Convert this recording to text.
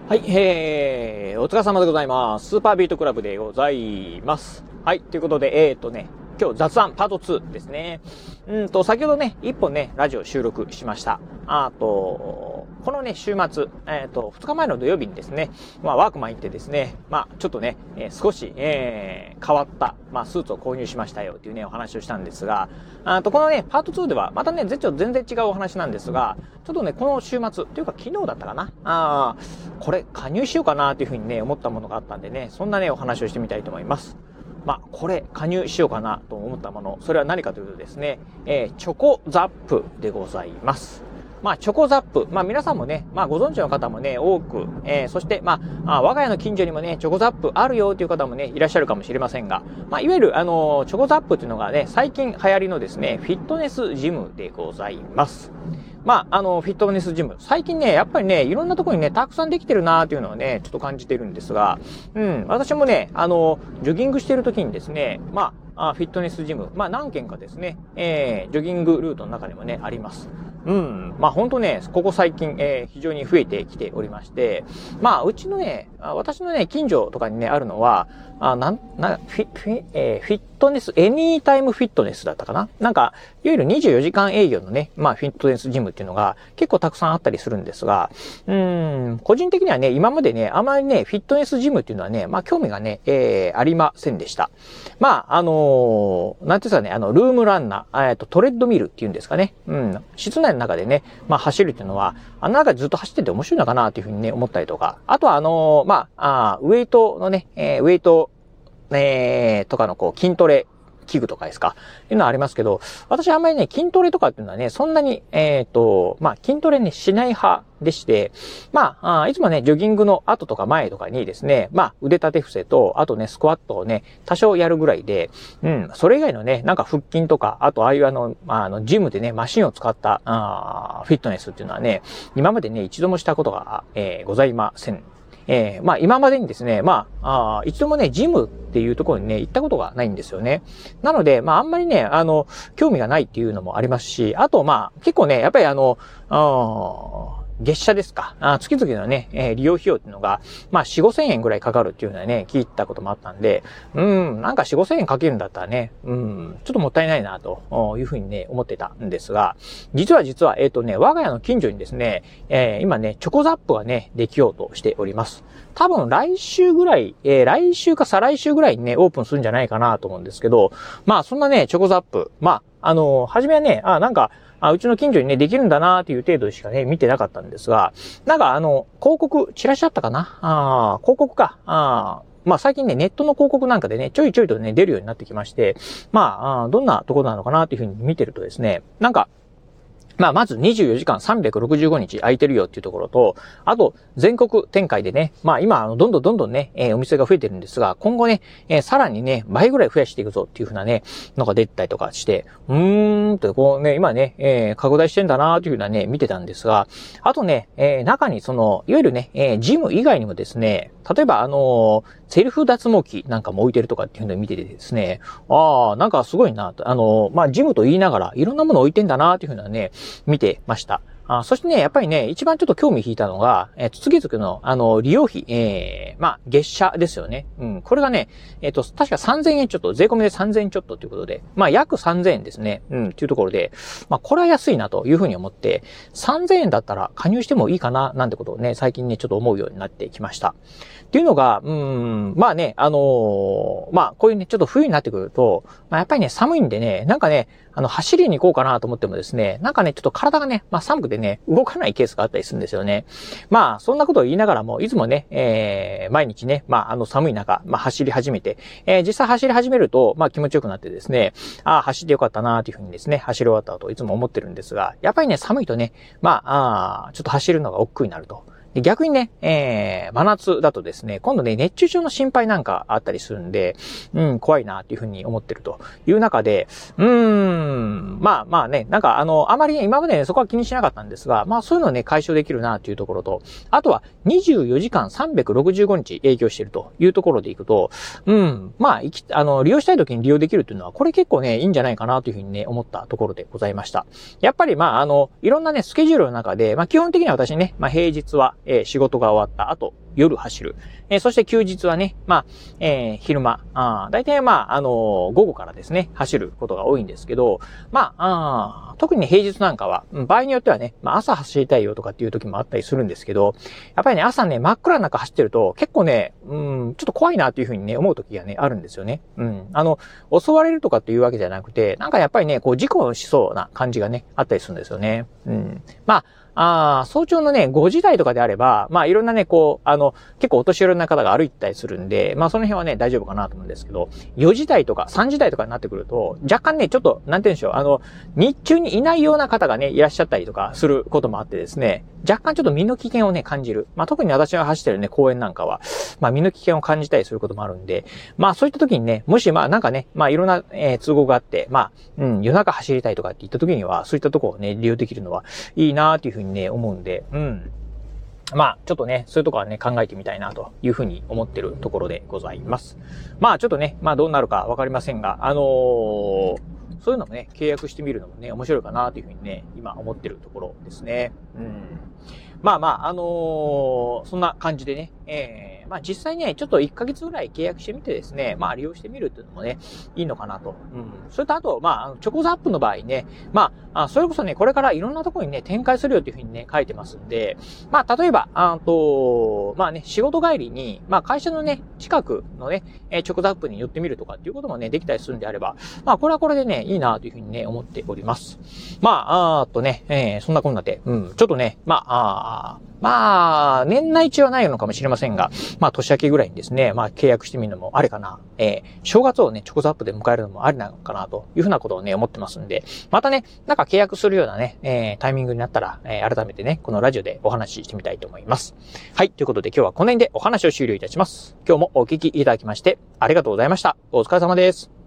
はい、お疲れ様でございます。スーパービートクラブでございます。はい、ということで、今日雑談パート2ですね。先ほどね、一本ね、ラジオ収録しました。このね、週末、2日前の土曜日にですね、ワークマン行ってですね、ちょっとね、少し、変わった、スーツを購入しましたよっていうね、お話をしたんですが、このね、パート2では、またね、全然違うお話なんですが、ちょっとね、この週末、というか昨日だったかな、これ、加入しようかなというふうにね、思ったものがあったんでね、そんなね、お話をしてみたいと思います。これ、加入しようかなと思ったもの、それは何かというとですね、チョコザップでございます。チョコザップ。皆さんもね、ご存知の方もね、多く、そして、我が家の近所にもね、チョコザップあるよという方もね、いらっしゃるかもしれませんが、いわゆる、チョコザップっていうのがね、最近流行りのですね、フィットネスジムでございます。フィットネスジム。最近ね、やっぱりね、いろんなところにね、たくさんできてるなーっていうのをね、ちょっと感じてるんですが、私もね、ジョギングしてる時にですね、フィットネスジム、何軒かですね、ジョギングルートの中にもね、あります。ほんとね、ここ最近、非常に増えてきておりまして、うちのね、私のね、近所とかにね、あるのは、フィットネス、エニータイムフィットネスだったかな？なんか、いわゆる24時間営業のね、フィットネスジムっていうのが結構たくさんあったりするんですが、個人的にはね、今までね、あまりね、フィットネスジムっていうのはね、興味がね、ありませんでした。なんていうんですかね、ルームランナー、トレッドミルっていうんですかね、室内の中でね、走るっていうのは、中でずっと走ってて面白いのかなっていうふうにね、思ったりとか、あとはウェイトのね、とかの筋トレ器具とかですか、いうのはありますけど、私あんまりね、筋トレとかっていうのはね、そんなに、筋トレね、しない派でして、いつもね、ジョギングの後とか前とかにですね、腕立て伏せと、あとね、スクワットをね、多少やるぐらいで、それ以外のね、なんか腹筋とか、あとああいうジムでね、マシンを使った、フィットネスっていうのはね、今までね、一度もしたことが、ございません。今までにですね、一度もね、ジムっていうところにね、行ったことがないんですよね。なので、あんまりね、興味がないっていうのもありますし、あと、結構ね、やっぱり月謝ですか。月々のね、利用費用っていうのが、4、5千円ぐらいかかるっていうのはね、聞いたこともあったんで、なんか4、5千円かけるんだったらね、ちょっともったいないな、というふうにね、思ってたんですが、実は、我が家の近所にですね、今ね、チョコザップがね、できようとしております。多分来週ぐらい、来週か再来週ぐらいにね、オープンするんじゃないかなと思うんですけど、そんなね、チョコザップ、初めはね、うちの近所にね、できるんだなーっていう程度しかね、見てなかったんですが、なんか広告、チラシあったかな？広告か。最近ね、ネットの広告なんかでね、ちょいちょいとね、出るようになってきまして、どんなところなのかなっていうふうに見てるとですね、なんか、まず24時間365日空いてるよっていうところと、あと、全国展開でね、今、どんどんね、お店が増えてるんですが、今後ね、さらにね、倍ぐらい増やしていくぞっていうふうなね、のが出たりとかして、とこうね、今ね、拡大してんだなーっていうふうなね、見てたんですが、あとね、中にいわゆるね、ジム以外にもですね、例えばセルフ脱毛器なんかも置いてるとかっていうのを見ててですね、なんかすごいなと、ジムと言いながら、いろんなもの置いてんだなーっていうふうなね、見てました。そしてね、やっぱりね、一番ちょっと興味引いたのが、月々の、利用費、月謝ですよね。これがね、確か3000円ちょっと、税込みで3000円ちょっとということで、約3000円ですね。というところで、これは安いなというふうに思って、3000円だったら加入してもいいかな、なんてことをね、最近ね、ちょっと思うようになってきました。っていうのが、こういうね、ちょっと冬になってくると、やっぱりね、寒いんでね、なんかね、走りに行こうかなと思ってもですね、なんかね、ちょっと体がね、寒くてね、動かないケースがあったりするんですよね。そんなことを言いながらも、いつもね、毎日ね、寒い中、走り始めて、実際走り始めると、気持ちよくなってですね、走ってよかったなというふうにですね、走り終わった後、いつも思ってるんですが、やっぱりね、寒いとね、ちょっと走るのが億劫になると。逆にね、真夏だとですね、今度ね、熱中症の心配なんかあったりするんで、怖いなっていうふうに思ってるという中で、ね、なんかあまりね、今までね、そこは気にしなかったんですが、そういうのをね、解消できるなっていうところと、あとは24時間365日営業しているというところでいくと、利用したい時に利用できるっていうのは、これ結構ね、いいんじゃないかなというふうにね、思ったところでございました。やっぱりいろんなね、スケジュールの中で、基本的には私ね、平日は、 仕事が終わった後、夜走る。そして休日はね、昼間、大体午後からですね、走ることが多いんですけど、特に平日なんかは、場合によってはね、朝走りたいよとかっていう時もあったりするんですけど、やっぱりね、朝ね、真っ暗な中走ってると、結構ね、ちょっと怖いなっていうふうにね、思う時がね、あるんですよね。襲われるとかっていうわけじゃなくて、なんかやっぱりね、こう、事故しそうな感じがね、あったりするんですよね。早朝のね、5時台とかであれば、いろんなね、こう、結構お年寄りな方が歩いてたりするんで、その辺はね、大丈夫かなと思うんですけど、4時台とか3時台とかになってくると、若干ね、ちょっと、なんて言うんでしょう、日中にいないような方がね、いらっしゃったりとかすることもあってですね、若干ちょっと身の危険をね、感じる。特に私が走ってるね、公園なんかは、身の危険を感じたりすることもあるんで、そういった時にね、もしなんかね、いろんな、都合があって、夜中走りたいとかって言った時には、そういったところをね、利用できるのはいいなーっていうふうにね、思うんで、ちょっとね、そういうところはね、考えてみたいなというふうに思ってるところでございます。ちょっとね、どうなるかわかりませんが、そういうのもね、契約してみるのもね、面白いかなというふうにね、今思ってるところですね。そんな感じでね、実際ね、ちょっと1ヶ月ぐらい契約してみてですね、利用してみるっていうのもね、いいのかなと。それとあと、チョコザップの場合ね、それこそね、これからいろんなところにね、展開するよっていうふうにね、書いてますんで、例えば、仕事帰りに、会社のね、近くのね、チョコザップに寄ってみるとかっていうこともね、できたりするんであれば、これはこれでね、いいなというふうにね、思っております。そんなこんなで、ちょっとね、年内中はないのかもしれませんが、年明けぐらいにですね、契約してみるのもありかな。正月をね、チョコザップで迎えるのもありなのかなというふうなことをね、思ってますんで、またね、なんか契約するようなね、タイミングになったら、改めてね、このラジオでお話ししてみたいと思います。はい、ということで今日はこの辺でお話を終了いたします。今日もお聞きいただきまして、ありがとうございました。お疲れ様です。